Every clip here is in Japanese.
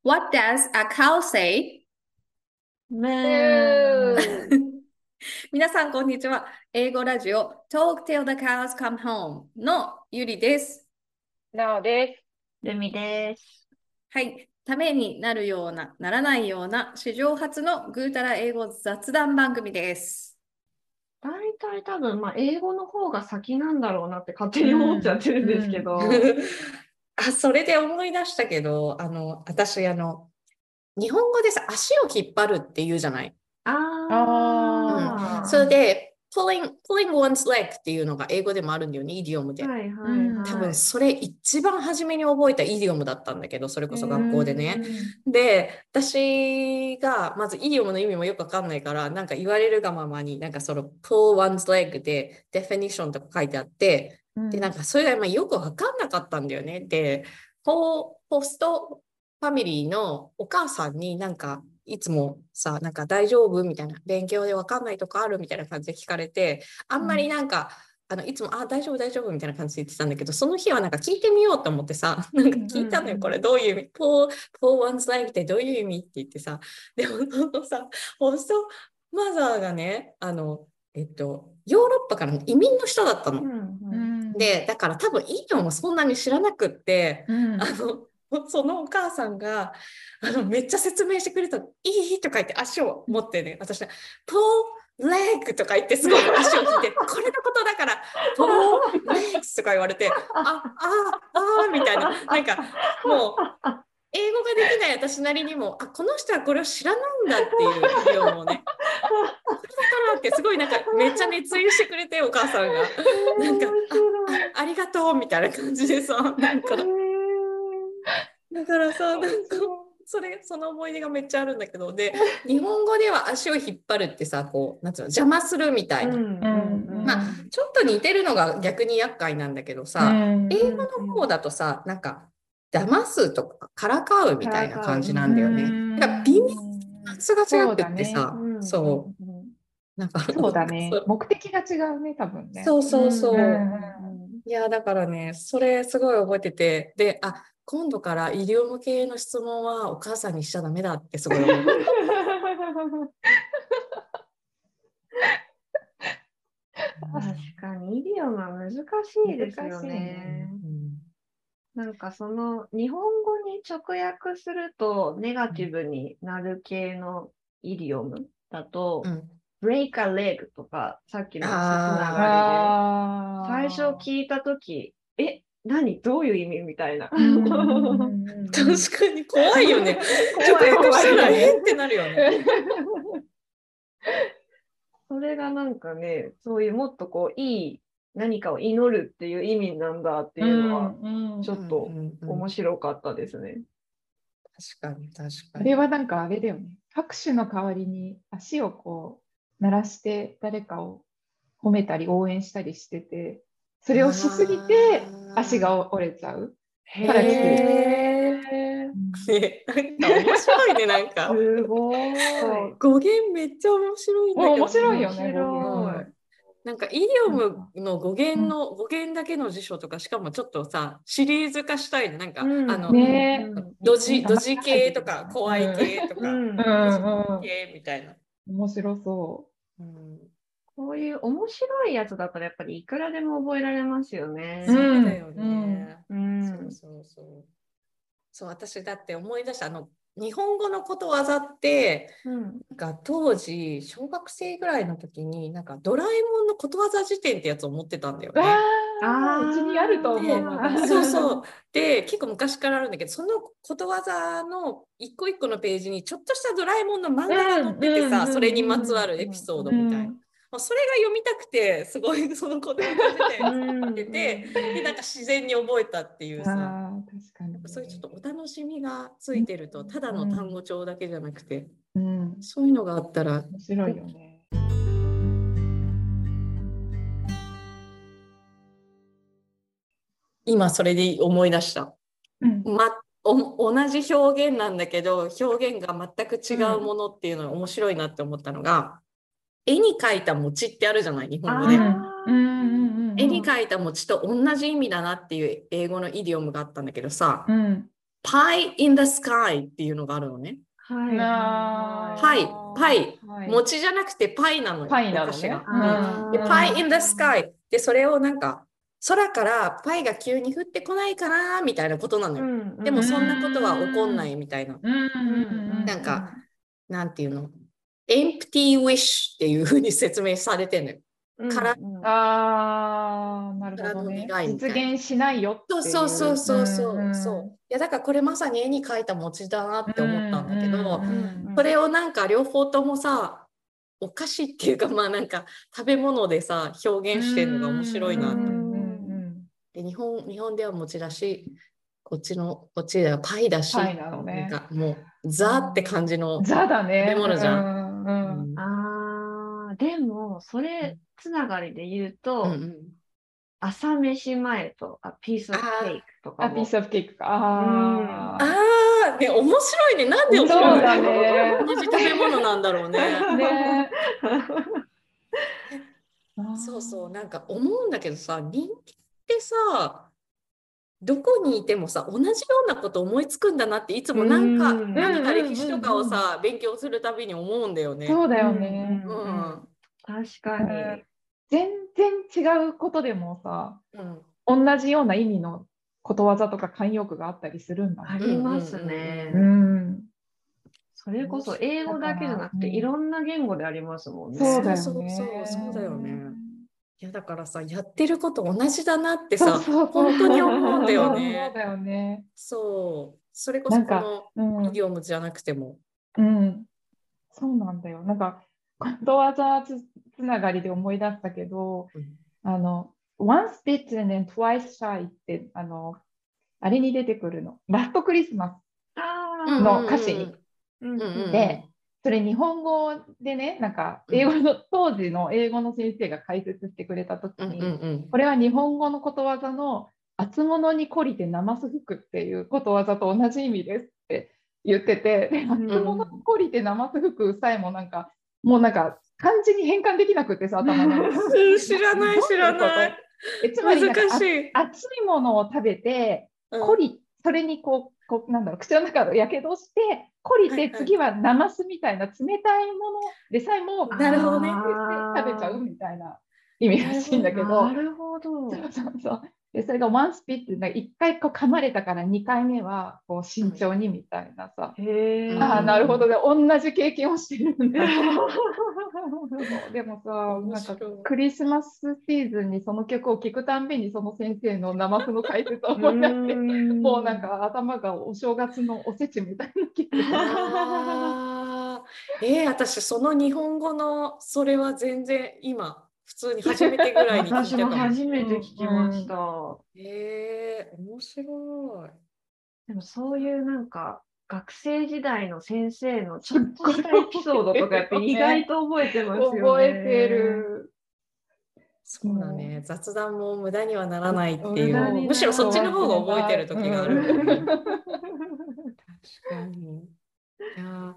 What does a cow say? ムー。 皆さん、こんにちは。英語ラジオ Talk till the cows come home のゆりです。 なおです。 ルミです。 はい。ためになるような、ならないような、史上初のぐうたら英語雑談番組です。 大体多分、英語の方が先なんだろうなって勝手に思っちゃってるんですけど。 それで思い出したけど、私、日本語でさ、足を引っ張るって言うじゃない。それで、pulling one's leg っていうのが英語でもあるんだよね、イディオムで。多分それ一番初めに覚えたイディオムだったんだけど、それこそ学校でね。で、私がまずイディオムの意味もよくわかんないから、なんか言われるがままに、なんかその pull one's leg で definition とか書いてあって、で、なんかそれがよくわかんなかったんだよね。で、ポストファミリーのお母さんになんか、いつもさ、なんか大丈夫みたいな、勉強でわかんないとこあるみたいな感じで聞かれて、あんまりなんか、いつも、大丈夫、大丈夫みたいな感じで言ってたんだけど、その日はなんか聞いてみようと思ってさ、なんか聞いたのよ、これどういう意味？for one's life ってどういう意味って言ってさ、でもさ、ホストマザーがね、ヨーロッパからの移民の人だったの。で、だから多分イディオムもそんなに知らなくって、そのお母さんがめっちゃ説明してくれた。いいとか言って足を持ってね、私ね、ポーレッグとか言ってすごい足を引いて、これのことだから、ポーレッグとか言われて、みたいな、なんかもう、英語ができない私なりにも、この人はこれを知らないんだっていうイディオムをね、これだからってすごいなんかめっちゃ熱意してくれて、お母さんが。なんか、ありがとうみたいな感じでさ、なんか。だからさ、なんか、その思い出がめっちゃあるんだけど、で、日本語では足を引っ張るってさ、こう、なんつうの、邪魔するみたいな。ちょっと似てるのが逆に厄介なんだけどさ、英語の方だとさ、なんか、騙すとか、からかうみたいな感じなんだよね。だから微妙に発が違くってさ、そう。なんか、 そうだね。目的が違うね、多分ね。 そうそうそう。いや、だからね、それすごい覚えてて、で、今度から医療向けの質問はお母さんにしちゃダメだってすごい思って。 確かに、イディオムは難しいですよね。なんかその日本語に直訳するとネガティブになる系のイディオムだと、break a leg とかさっきのつながりで、最初聞いたとき、何どういう意味みたいな。 確かに怖いよね。直訳したらってなるよね。 それがなんかね、そういうもっとこういい何かを祈るっていう意味なんだっていうのは、ちょっと面白かったですね。 確かに、確かに。 あれはなんかあれだよね。拍手の代わりに足をこう鳴らして誰かを褒めたり応援したりしてて、それをしすぎて足が折れちゃうから来てる。 面白いね、なんか。 すごい。 語源めっちゃ面白いんだけど。 面白いよね。 なんかイディオムの語源だけの辞書とか、しかもちょっとさ、シリーズ化したいね。なんか、ドジ系とか、怖い系とか、系みたいな。 面白そう。 こういう面白いやつだったらやっぱりいくらでも覚えられますよね。 そうだよね。そう、私だって思い出した、日本語のことわざって、なんか当時、小学生ぐらいの時に、なんかドラえもんのことわざ辞典ってやつを持ってたんだよね。 うちにあると思う。 そうそう。で、結構昔からあるんだけど、そのことわざの一個一個のページに、ちょっとしたドラえもんの漫画が載っててさ、それにまつわるエピソードみたいな。それが読みたくて、すごいそのことわざ辞典をってて、で、なんか自然に覚えたっていうさ、そういうちょっとお楽しみがついてると、ただの単語帳だけじゃなくて、そういうのがあったら面白いよね。 今それで思い出した。同じ表現なんだけど、表現が全く違うものっていうのが面白いなって思ったのが、絵に描いた餅ってあるじゃない、日本語で。絵に描いた餅と同じ意味だなっていう英語のイディオムがあったんだけどさ、 pie in the sky っていうのがあるのね。パイ、餅じゃなくてパイなのよ。 パイなのね。 で、パイ in the sky で、それをなんか空からパイが急に降ってこないかなみたいなことなのよ。でもそんなことは起こんないみたいな。なんか、なんていうの empty wish っていうふうに説明されてるのよ。 なるほどね。実現しないよっていう。 そう。いやだからこれまさに絵に描いた餅だなって思ったんだけど、これをなんか両方ともさ、お菓子っていうかまあなんか食べ物でさ表現してるのが面白いなと思って。で日本では餅だし、こっちではパイだし、 パイなのね、 なんかもうザって感じのザだね、食べ物じゃん。 でもそれつながりで言うと、朝飯前とピースオブケークとかも。 ピースオブケークか。 ね、面白いね。なんでそうだね。 同じ食べ物なんだろうね。そう、なんか思うんだけどさ、人間ってさ、どこにいてもさ、同じようなこと思いつくんだなっていつも何か歴史とかをさ、勉強するたびに思うんだよね。 そうだよね。 確かに。 全然違うことでもさ、同じような意味のことわざとか慣用句があったりするんだ。 ありますね。それこそ英語だけじゃなくていろんな言語でありますもんね。 そうだよね。いやだからさ、やってること同じだなってさ、本当に思うんだよね。 そうだよね。 それこそこのイディオムじゃなくても。 そうなんだよ。なんかことわざつながりで思い出したけど、once bitten and twice shy ってあれに出てくるの。ラストクリスマスの歌詞に。で、それ日本語でね、なんか当時の英語の先生が解説してくれたときに、これは日本語のことわざの厚物に懲りてなます服っていうことわざと同じ意味ですって言ってて、厚物に懲りてなます服さえもなんか、もうなんか漢字に変換できなくてさ、頭の中で。知らない。 つまりなんか熱いものを食べて、それになんだろう、口の中をやけどして、懲りて次はなますみたいな冷たいものでさえも、 なるほどね、 食べちゃうみたいな意味らしいんだけど、 なるほど。 そうでそれがワンスピって1回噛まれたから2回目は慎重にみたいなさ、なるほどね、同じ経験をしてるんだでもさ、なんかクリスマスシーズンにその曲を聴くたんびにその先生の生スの解説を思い出してもうなんか頭がお正月のおせちみたいな気分。私その日本語のそれは全然今普通に初めてぐらいに聞いたかも。 私も初めて聞きました。 面白い。 でもそういうなんか学生時代の先生のちょっとしたエピソードとかやっぱ意外と覚えてますよね。 覚えてる。 そうだね。雑談も無駄にはならないっていう。むしろそっちの方が覚えてる時がある。確かに。いや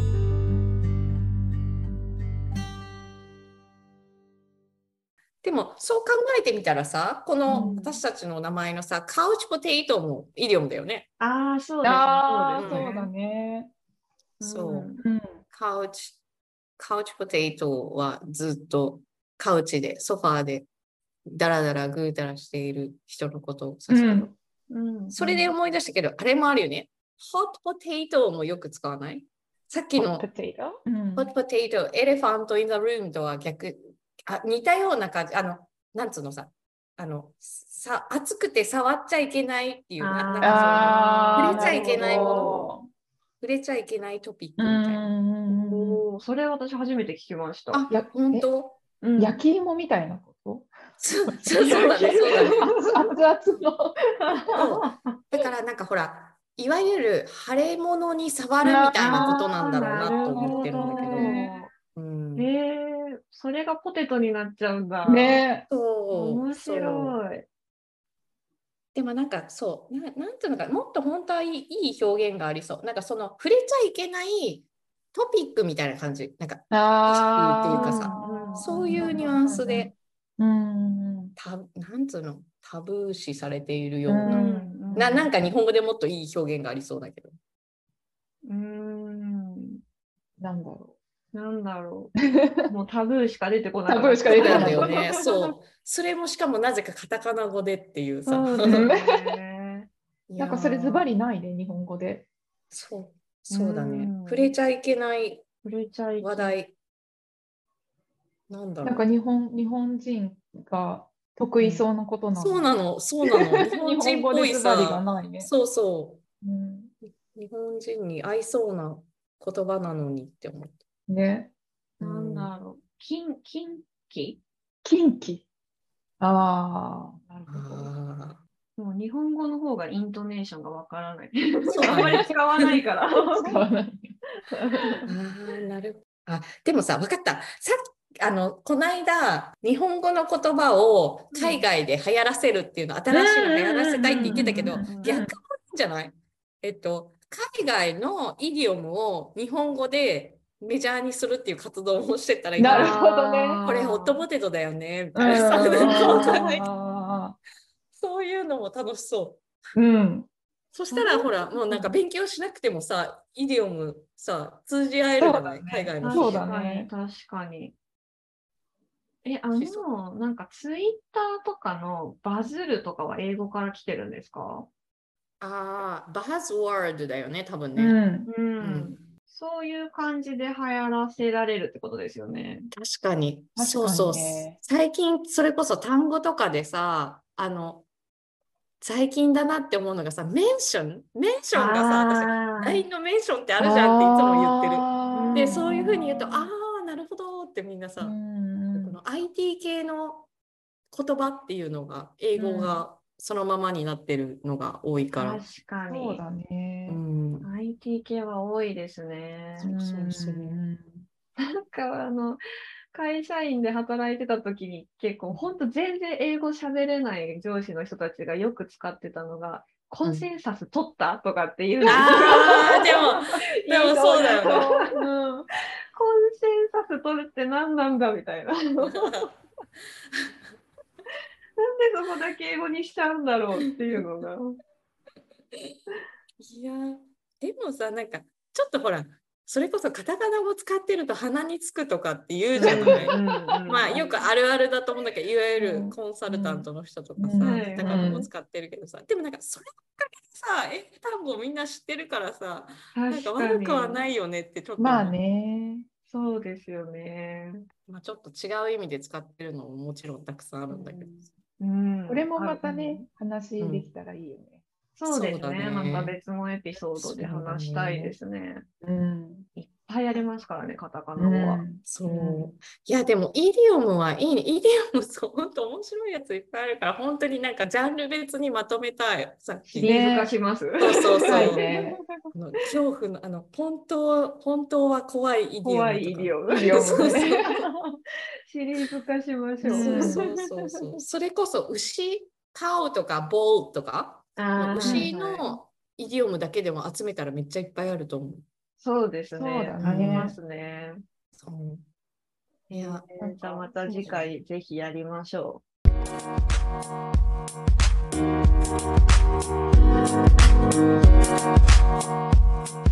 でもそう考えてみたらさ、この私たちの名前のさ、カウチポテイトもイディオムだよね。 そうだね。 カウチポテイトはずっとカウチでソファーでダラダラグーダラしている人のことを指すけど、それで思い出したけど、あれもあるよね。ホットポテイトもよく使わない？さっきのホットポテイト、エレファントインザルームとは似たような感じ。なんつうのさ、熱くて触っちゃいけないっていう、なんか触れちゃいけないもの、触れちゃいけないトピックみたいな。 それ私初めて聞きました。 本当？ 焼き芋みたいなことそうだね。 熱々の。 だからなんかほら、いわゆる腫れ物に触るみたいなことなんだろうなと思ってるんだけど。 それがポテトになっちゃうんだ。 ね。 面白い。 でもなんかなんていうのか、もっと本当はいい表現がありそう。なんかその触れちゃいけないトピックみたいな感じ。なんか、イシューっていうかさ、そういうニュアンスで、なんつうの、タブー視されているようななんか日本語でもっといい表現がありそうだけど。 なんだろう。もうタブーしか出てこない。 タブーしか出てこないんだよね。そう。それもしかもなぜかカタカナ語でっていうさ。 なんかそれズバリないね、日本語で。 そうだね。触れちゃいけない話題。なんだろう。 なんか日本人が得意そうなことなの。 そうなの。日本人っぽいさ。そうそう。日本人に合いそうな言葉なのにって思った。 ね。なんだろう。近畿。 ああ、なるほど。 もう日本語の方がイントネーションがわからない。あんまり使わないから。 使わない。 なるほど。でもさ、分かった。この間、日本語の言葉を海外で流行らせるっていうの、新しいの流行らせたいって言ってたけど、逆もいいんじゃない？海外のイディオムを日本語でメジャーにするっていう活動をしてたらいい。 なるほどね。 これホットポテトだよねみたいな。そういうのも楽しそう。そしたらほら、もうなんか勉強しなくてもさ、イディオムさ、通じ合えるじゃない？海外の人。 そうだね。確かに。なんかツイッターとかのバズるとかは英語から来てるんですか？ バズワードだよね、多分ね。 そういう感じで流行らせられるってことですよね。 確かに。そう。最近、それこそ単語とかでさ、最近だなって思うのがさ、メンションがさ、私、LINE のメンションってあるじゃんっていつも言ってる。で、そういうふうに言うと、なるほどってみんなさ、この IT 系の言葉っていうのが、英語がそのままになってるのが多いから。 確かに。 そうだね。 IT 系は多いですね。 そう。 なんか会社員で働いてた時に結構本当全然英語喋れない上司の人たちがよく使ってたのが、コンセンサス取ったとかっていうの。 でもそうだよね。 コンセンサス取るって何なんだみたいな。なんでそこだけ英語にしちゃうんだろうっていうのが。 いや、でもさ、なんかちょっとほら、それこそカタカナ語使ってると鼻につくとかって言うじゃない。よくあるあるだと思うんだけど、いわゆるコンサルタントの人とかさ、カタカナ語使ってるけどさ、でもなんかそればっかりさ、英単語みんな知ってるからさ、なんか悪くはないよねってちょっと。 まあね。 そうですよね。 ちょっと違う意味で使ってるのももちろんたくさんあるんだけど。 これもまたね、話できたらいいよね。 そうですね。また別のエピソードで話したいですね。いっぱいありますからね、カタカナ語は。 いや、でもイディオムはいいね。イディオム、本当面白いやついっぱいあるから、本当になんかジャンル別にまとめたい。さっきシリーズ化します。 そう。恐怖の、本当は怖いイディオム。 怖いイディオム。シリーズ化しましょう。 そう。それこそ牛、カウとかボーとか。牛のイディオムだけでも集めたらめっちゃいっぱいあると思う。 そうですね。ありますね。 いや、 じゃあまた次回ぜひやりましょう。